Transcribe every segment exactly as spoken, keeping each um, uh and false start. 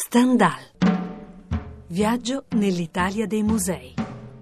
Stendhal. Viaggio nell'Italia dei musei.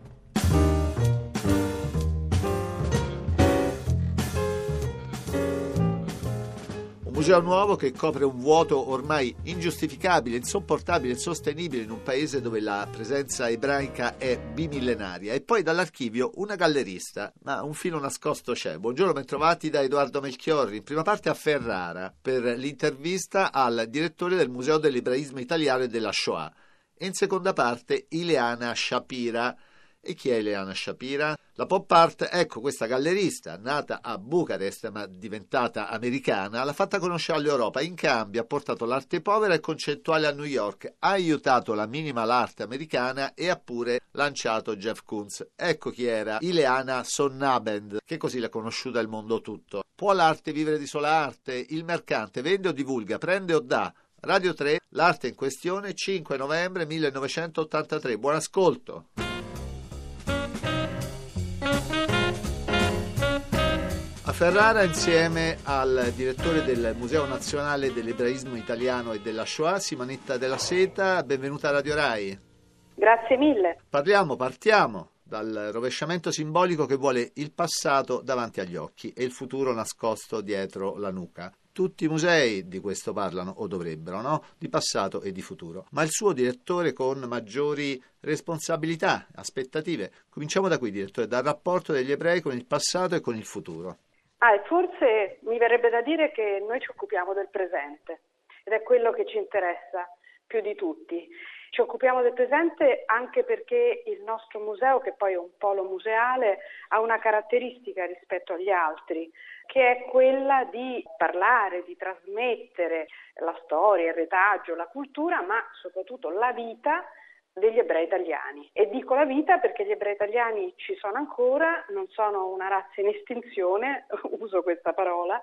Un museo nuovo che copre un vuoto ormai ingiustificabile, insopportabile, insostenibile in un paese dove la presenza ebraica è bimillenaria. E poi dall'archivio una gallerista, ma un filo nascosto c'è. Buongiorno, bentrovati da Edoardo Melchiorri. In prima parte a Ferrara per l'intervista al direttore del Museo dell'Ebraismo Italiano e della Shoah. E in seconda parte Ileana Shapira. E chi è Ileana Shapira? La pop art, ecco, questa gallerista, nata a Bucarest ma diventata americana, l'ha fatta conoscere all'Europa. In cambio ha portato l'arte povera e concettuale a New York, ha aiutato la minimal art americana e ha pure lanciato Jeff Koons. Ecco chi era Ileana Sonnabend, che così l'ha conosciuta il mondo tutto. Può l'arte vivere di sola arte? Il mercante vende o divulga, prende o dà? Radio tre, l'arte in questione, cinque novembre millenovecentottantatré. Buon ascolto! A Ferrara, insieme al direttore del Museo Nazionale dell'Ebraismo Italiano e della Shoah, Simonetta Della Seta. Benvenuta a Radio Rai. Grazie mille. Parliamo, partiamo dal rovesciamento simbolico che vuole il passato davanti agli occhi e il futuro nascosto dietro la nuca. Tutti i musei di questo parlano, o dovrebbero, no? Di passato e di futuro. Ma il suo direttore con maggiori responsabilità, aspettative. Cominciamo da qui, direttore, dal rapporto degli ebrei con il passato e con il futuro. Ah, e forse mi verrebbe da dire che noi ci occupiamo del presente ed è quello che ci interessa più di tutti. Ci occupiamo del presente anche perché il nostro museo, che poi è un polo museale, ha una caratteristica rispetto agli altri, che è quella di parlare, di trasmettere la storia, il retaggio, la cultura, ma soprattutto la vita degli ebrei italiani. E dico la vita perché gli ebrei italiani ci sono ancora, non sono una razza in estinzione, uso questa parola,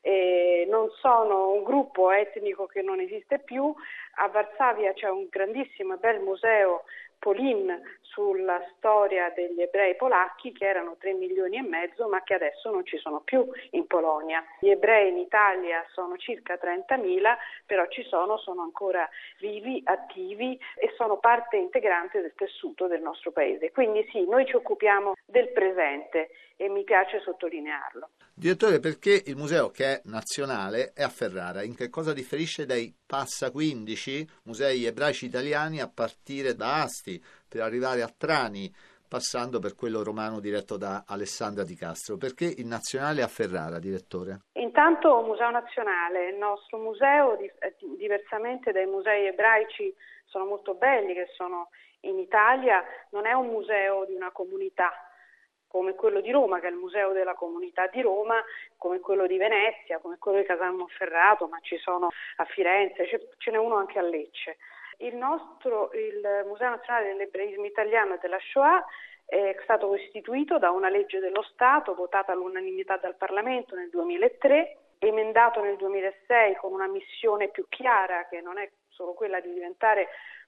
e non sono un gruppo etnico che non esiste più. A Varsavia c'è un grandissimo e bel museo Polin sulla storia degli ebrei polacchi, che erano tre milioni e mezzo, ma che adesso non ci sono più in Polonia. Gli ebrei in Italia sono circa trentamila, però ci sono, sono ancora vivi, attivi e sono parte integrante del tessuto del nostro paese. Quindi sì, noi ci occupiamo del presente e mi piace sottolinearlo. Direttore, perché il museo, che è nazionale, è a Ferrara? In che cosa differisce dai Passa quindici musei ebraici italiani a partire da Asti per arrivare a Trani, passando per quello romano diretto da Alessandra Di Castro? Perché il nazionale è a Ferrara, direttore? Intanto Museo Nazionale, il nostro museo, diversamente dai musei ebraici, sono molto belli, che sono in Italia, non è un museo di una comunità, come quello di Roma, che è il Museo della Comunità di Roma, come quello di Venezia, come quello di Casal Monferrato, ma ci sono a Firenze, ce n'è uno anche a Lecce. Il nostro, il Museo Nazionale dell'Ebraismo Italiano e della Shoah è stato costituito da una legge dello Stato, votata all'unanimità dal Parlamento nel duemilatré, emendato nel duemilasei con una missione più chiara, che non è solo quella di diventare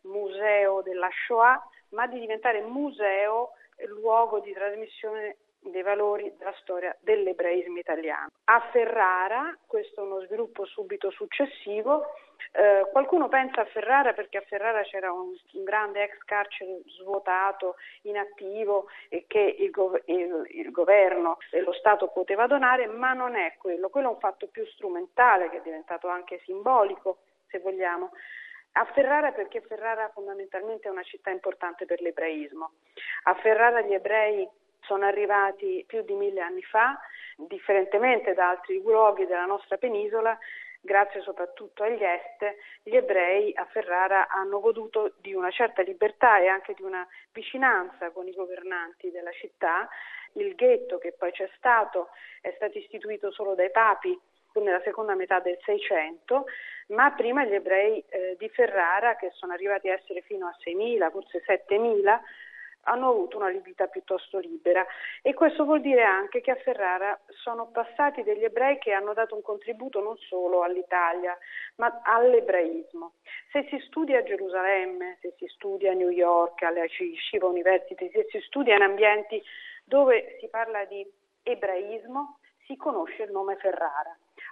museo della Shoah, ma di diventare museo luogo di trasmissione dei valori della storia dell'ebraismo italiano. A Ferrara, questo è uno sviluppo subito successivo, eh, qualcuno pensa a Ferrara perché a Ferrara c'era un, un grande ex carcere svuotato, inattivo, e che il, gov- il, il governo e lo Stato poteva donare, ma non è quello, quello è un fatto più strumentale che è diventato anche simbolico, se vogliamo. A Ferrara perché Ferrara fondamentalmente è una città importante per l'ebraismo. A Ferrara gli ebrei sono arrivati più di mille anni fa, differentemente da altri luoghi della nostra penisola, grazie soprattutto agli est, gli ebrei a Ferrara hanno goduto di una certa libertà e anche di una vicinanza con i governanti della città. Il ghetto, che poi c'è stato, è stato istituito solo dai papi nella seconda metà del Seicento, ma prima gli ebrei eh, di Ferrara, che sono arrivati a essere fino a seimila, forse settemila, hanno avuto una vita piuttosto libera, e questo vuol dire anche che a Ferrara sono passati degli ebrei che hanno dato un contributo non solo all'Italia, ma all'ebraismo. Se si studia a Gerusalemme, se si studia a New York, alla Yeshiva University, se si studia in ambienti dove si parla di ebraismo, si conosce il nome Ferrara.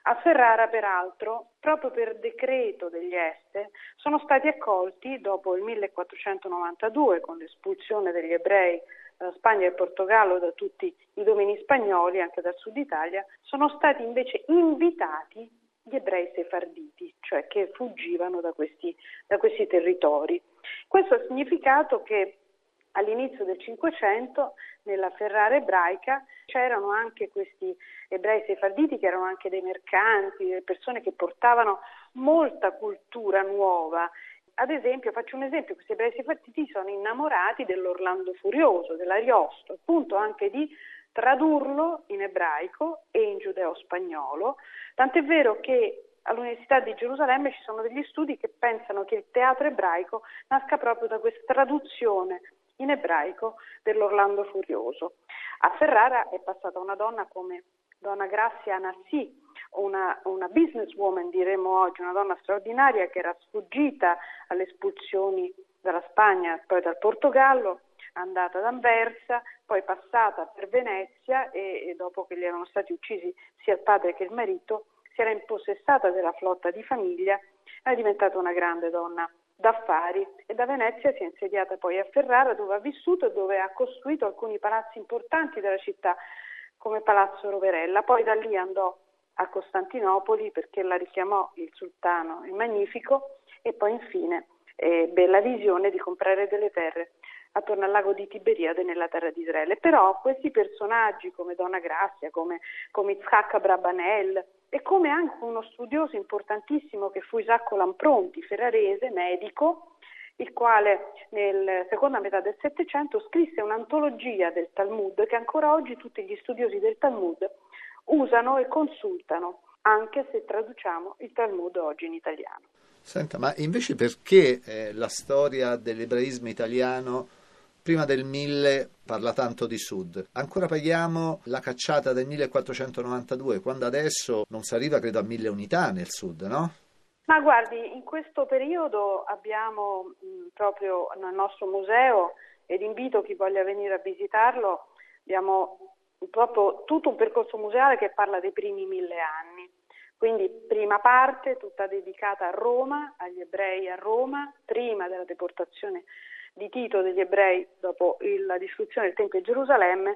A Ferrara, peraltro, proprio per decreto degli Este, sono stati accolti dopo il millequattrocentonovantadue, con l'espulsione degli ebrei dalla Spagna e Portogallo, da tutti i domini spagnoli, anche dal sud Italia, sono stati invece invitati gli ebrei sefarditi, cioè che fuggivano da questi, da questi territori. Questo ha significato che all'inizio del Cinquecento nella Ferrara ebraica c'erano anche questi ebrei sefarditi che erano anche dei mercanti, delle persone che portavano molta cultura nuova. Ad esempio, faccio un esempio, questi ebrei sefarditi sono innamorati dell'Orlando Furioso, dell'Ariosto, appunto anche di tradurlo in ebraico e in giudeo-spagnolo, tant'è vero che all'Università di Gerusalemme ci sono degli studi che pensano che il teatro ebraico nasca proprio da questa traduzione in ebraico dell'Orlando Furioso. A Ferrara è passata una donna come Donna Grazia Anassi, una, una businesswoman diremmo oggi, una donna straordinaria che era sfuggita alle espulsioni dalla Spagna e poi dal Portogallo, andata ad Anversa, poi passata per Venezia e, e dopo che gli erano stati uccisi sia il padre che il marito, si era impossessata della flotta di famiglia, è diventata una grande donna d'affari e da Venezia si è insediata poi a Ferrara, dove ha vissuto e dove ha costruito alcuni palazzi importanti della città, come Palazzo Roverella. Poi da lì andò a Costantinopoli perché la richiamò il sultano il Magnifico e poi infine ebbe la visione di comprare delle terre attorno al lago di Tiberiade nella terra di Israele. Però questi personaggi come Donna Grazia, come, come Itzhak Abrabanel e come anche uno studioso importantissimo che fu Isacco Lampronti, ferrarese, medico, il quale nella seconda metà del Settecento scrisse un'antologia del Talmud che ancora oggi tutti gli studiosi del Talmud usano e consultano, anche se traduciamo il Talmud oggi in italiano. Senta, ma invece perché eh, la storia dell'ebraismo italiano prima del mille parla tanto di sud? Ancora paghiamo la cacciata del millequattrocentonovantadue, quando adesso non si arriva credo a mille unità nel sud, no? Ma guardi, in questo periodo abbiamo mh, proprio nel nostro museo, ed invito chi voglia venire a visitarlo, abbiamo proprio tutto un percorso museale che parla dei primi mille anni. Quindi prima parte tutta dedicata a Roma, agli ebrei a Roma, prima della deportazione di Tito degli ebrei dopo il, la distruzione del Tempio di Gerusalemme,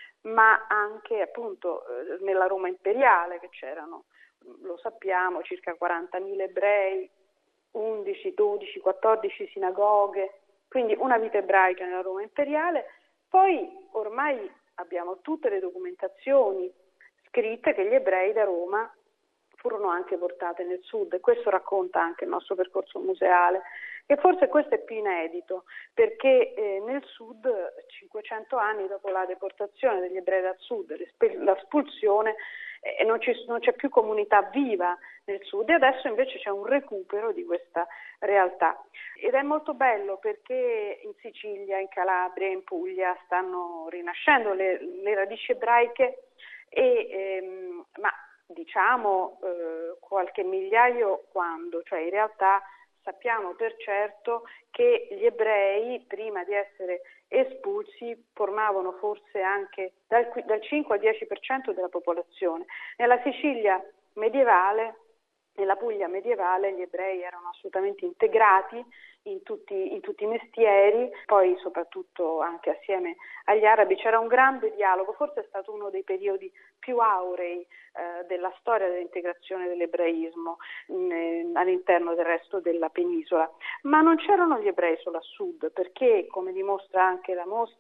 ma anche appunto eh, nella Roma imperiale, che c'erano, lo sappiamo, circa quarantamila ebrei, undici, dodici, quattordici sinagoghe, quindi una vita ebraica nella Roma imperiale. Poi ormai abbiamo tutte le documentazioni scritte che gli ebrei da Roma furono anche portate nel sud, e questo racconta anche il nostro percorso museale. E forse questo è più inedito, perché eh, nel sud, cinquecento anni dopo la deportazione degli ebrei dal sud, l'espulsione, eh, non, ci, non c'è più comunità viva nel sud, e adesso invece c'è un recupero di questa realtà. Ed è molto bello perché in Sicilia, in Calabria, in Puglia stanno rinascendo le, le radici ebraiche, e, ehm, ma diciamo eh, qualche migliaio quando, cioè in realtà sappiamo per certo che gli ebrei prima di essere espulsi formavano forse anche dal, dal cinque al dieci per cento della popolazione. Nella Sicilia medievale, nella Puglia medievale, gli ebrei erano assolutamente integrati in tutti, in tutti i mestieri, poi soprattutto anche assieme agli arabi c'era un grande dialogo, forse è stato uno dei periodi più aurei eh, della storia dell'integrazione dell'ebraismo mh, all'interno del resto della penisola. Ma non c'erano gli ebrei solo a sud, perché come dimostra anche la most-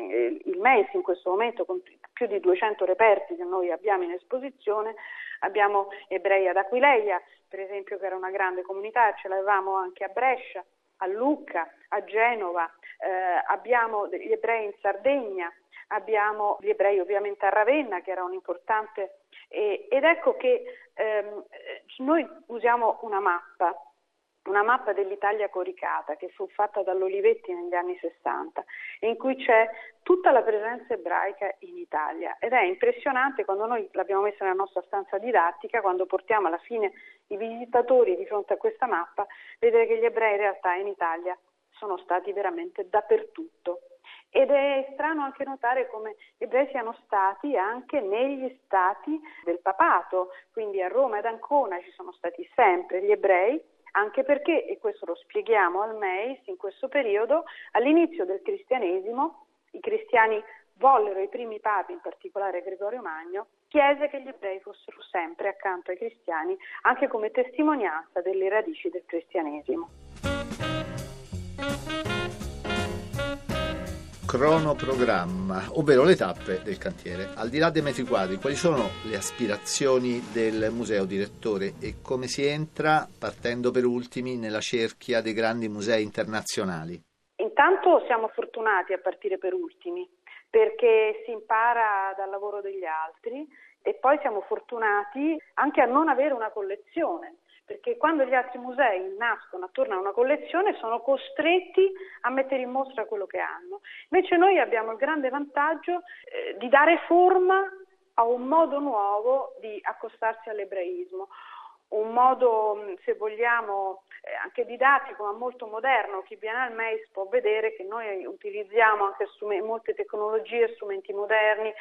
il M E S in questo momento, con più di duecento reperti che noi abbiamo in esposizione, abbiamo ebrei ad Aquileia, per esempio, che era una grande comunità, ce l'avevamo anche a Brescia, a Lucca, a Genova, eh, abbiamo gli ebrei in Sardegna, abbiamo gli ebrei ovviamente a Ravenna, che era un importante, eh, ed ecco che ehm, noi usiamo una mappa, una mappa dell'Italia coricata che fu fatta dall'Olivetti negli anni sessanta, in cui c'è tutta la presenza ebraica in Italia, ed è impressionante quando noi l'abbiamo messa nella nostra stanza didattica, quando portiamo alla fine i visitatori di fronte a questa mappa, vedere che gli ebrei in realtà in Italia sono stati veramente dappertutto. Ed è strano anche notare come gli ebrei siano stati anche negli stati del papato, quindi a Roma ed Ancona ci sono stati sempre gli ebrei, anche perché, e questo lo spieghiamo al M E I S, in questo periodo, all'inizio del cristianesimo, i cristiani vollero, i primi papi, in particolare Gregorio Magno, chiese che gli ebrei fossero sempre accanto ai cristiani, anche come testimonianza delle radici del cristianesimo. Cronoprogramma, ovvero le tappe del cantiere. Al di là dei metri quadri, quali sono le aspirazioni del museo, direttore, e come si entra, partendo per ultimi, nella cerchia dei grandi musei internazionali? Intanto siamo fortunati a partire per ultimi, perché si impara dal lavoro degli altri, e poi siamo fortunati anche a non avere una collezione, perché quando gli altri musei nascono attorno a una collezione sono costretti a mettere in mostra quello che hanno. Invece noi abbiamo il grande vantaggio eh, di dare forma a un modo nuovo di accostarsi all'ebraismo, un modo, se vogliamo, eh, anche didattico ma molto moderno. Chi viene al M E I S può vedere che noi utilizziamo anche strumenti, molte tecnologie, strumenti moderni,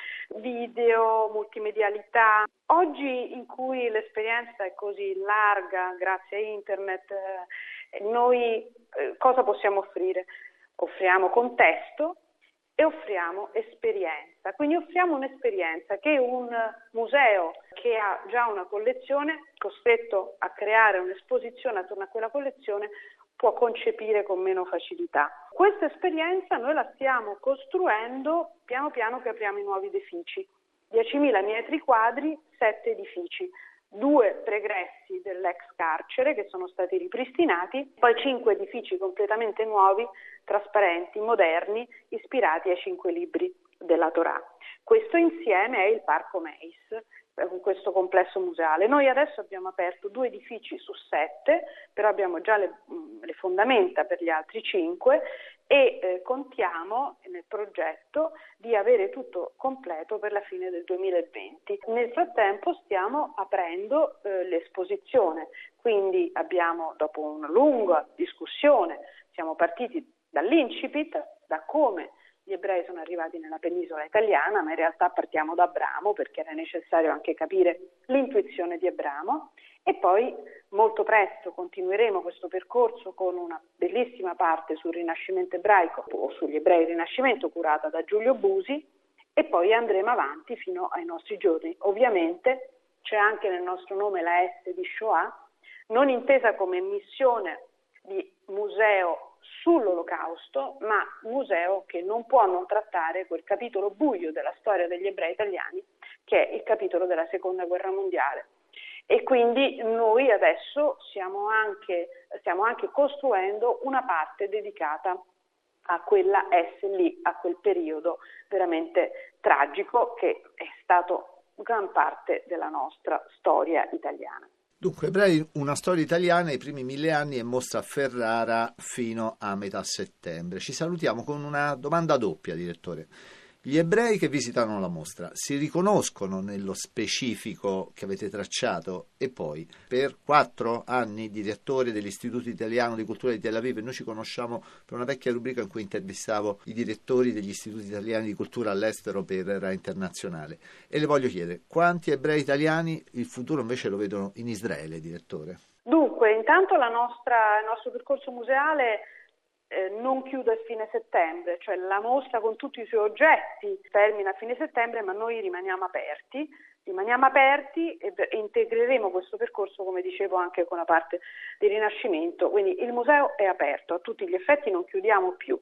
video, multimedialità. Oggi, in cui l'esperienza è così larga grazie a internet, eh, noi eh, cosa possiamo offrire? Offriamo contesto e offriamo esperienza. Quindi offriamo un'esperienza che un museo che ha già una collezione, costretto a creare un'esposizione attorno a quella collezione, può concepire con meno facilità. Questa esperienza noi la stiamo costruendo piano piano che apriamo i nuovi edifici. diecimila metri quadri, sette edifici. Due pregressi dell'ex carcere che sono stati ripristinati, poi cinque edifici completamente nuovi, trasparenti, moderni, ispirati ai cinque libri della Torah. Questo insieme è il Parco M E I S, con questo complesso museale. Noi adesso abbiamo aperto due edifici su sette, però abbiamo già le, le fondamenta per gli altri cinque e eh, contiamo nel progetto di avere tutto completo per la fine del duemilaventi. Nel frattempo stiamo aprendo eh, l'esposizione, quindi abbiamo, dopo una lunga discussione, siamo partiti dall'incipit, da come gli ebrei sono arrivati nella penisola italiana, ma in realtà partiamo da Abramo perché era necessario anche capire l'intuizione di Abramo, e poi molto presto continueremo questo percorso con una bellissima parte sul Rinascimento ebraico o sugli ebrei del Rinascimento curata da Giulio Busi, e poi andremo avanti fino ai nostri giorni. Ovviamente c'è anche nel nostro nome la S di Shoah, non intesa come missione di museo sull'Olocausto, ma museo che non può non trattare quel capitolo buio della storia degli ebrei italiani, che è il capitolo della Seconda Guerra Mondiale. E quindi noi adesso siamo anche, stiamo anche costruendo una parte dedicata a quella S lì, a quel periodo veramente tragico che è stato gran parte della nostra storia italiana. Dunque, ebrei, una storia italiana, i primi mille anni, è mostra a Ferrara fino a metà settembre. Ci salutiamo con una domanda doppia, direttore. Gli ebrei che visitano la mostra si riconoscono nello specifico che avete tracciato? E poi, per quattro anni direttore dell'Istituto Italiano di Cultura di Tel Aviv, e noi ci conosciamo per una vecchia rubrica in cui intervistavo i direttori degli Istituti Italiani di Cultura all'estero per Rai Internazionale, e le voglio chiedere, quanti ebrei italiani il futuro invece lo vedono in Israele, direttore? Dunque, intanto la nostra, il nostro percorso museale Eh, non chiude a fine settembre, cioè la mostra con tutti i suoi oggetti termina a fine settembre, ma noi rimaniamo aperti, rimaniamo aperti e, e integreremo questo percorso, come dicevo, anche con la parte del Rinascimento. Quindi il museo è aperto, a tutti gli effetti non chiudiamo più.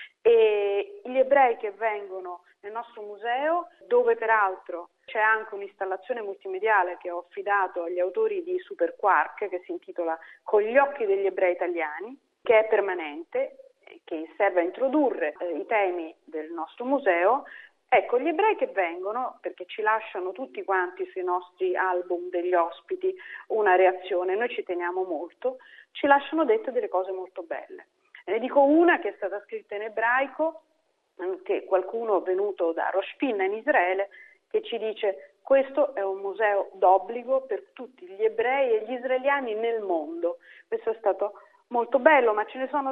E gli ebrei che vengono nel nostro museo, dove peraltro c'è anche un'installazione multimediale che ho affidato agli autori di Super Quark, che si intitola Con gli occhi degli ebrei italiani, che è permanente, che serve a introdurre eh, i temi del nostro museo. Ecco, gli ebrei che vengono, perché ci lasciano tutti quanti sui nostri album degli ospiti una reazione, noi ci teniamo molto, ci lasciano dette delle cose molto belle. Ne dico una che è stata scritta in ebraico, che qualcuno venuto da Rosh Pinna in Israele, che ci dice: questo è un museo d'obbligo per tutti gli ebrei e gli israeliani nel mondo. Questo è stato molto bello, ma ce ne sono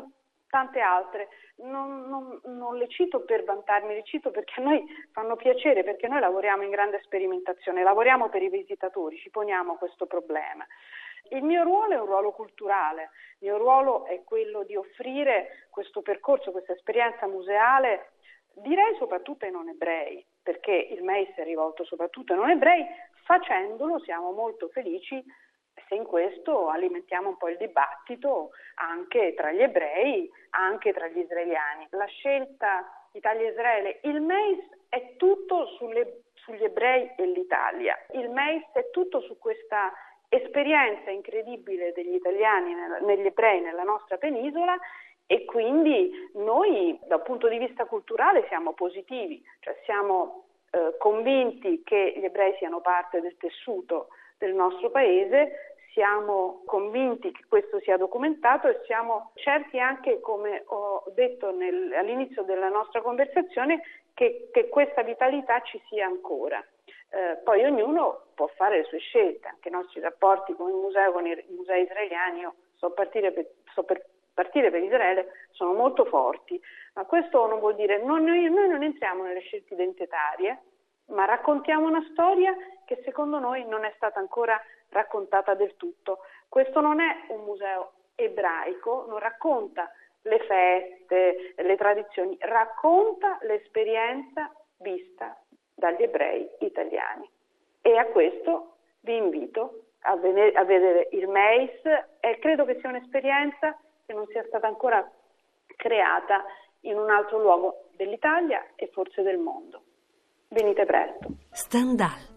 tante altre. Non, non, non le cito per vantarmi, le cito perché a noi fanno piacere, perché noi lavoriamo in grande sperimentazione, lavoriamo per i visitatori, ci poniamo questo problema. Il mio ruolo è un ruolo culturale, il mio ruolo è quello di offrire questo percorso, questa esperienza museale, direi soprattutto ai non ebrei, perché il M E I S è rivolto soprattutto ai non ebrei. Facendolo siamo molto felici se in questo alimentiamo un po' il dibattito anche tra gli ebrei, anche tra gli israeliani. La scelta Italia-Israele, il M E I S è tutto sulle, sugli ebrei e l'Italia, il M E I S è tutto su questa esperienza incredibile degli italiani, negli ebrei nella nostra penisola, e quindi noi dal punto di vista culturale siamo positivi, cioè siamo eh, convinti che gli ebrei siano parte del tessuto del nostro paese, siamo convinti che questo sia documentato e siamo certi anche, come ho detto nel, all'inizio della nostra conversazione, che, che questa vitalità ci sia ancora. Eh, poi ognuno può fare le sue scelte, anche i nostri rapporti con il museo, con i, i musei israeliani, io so partire per, so per partire per Israele, sono molto forti, ma questo non vuol dire, non, noi, noi non entriamo nelle scelte identitarie, ma raccontiamo una storia che secondo noi non è stata ancora raccontata del tutto. Questo non è un museo ebraico, non racconta le feste, le tradizioni, racconta l'esperienza vista dagli ebrei italiani. E a questo vi invito a, venire, a vedere il M E I S, e credo che sia un'esperienza che non sia stata ancora creata in un altro luogo dell'Italia e forse del mondo. Venite presto. Stendhal.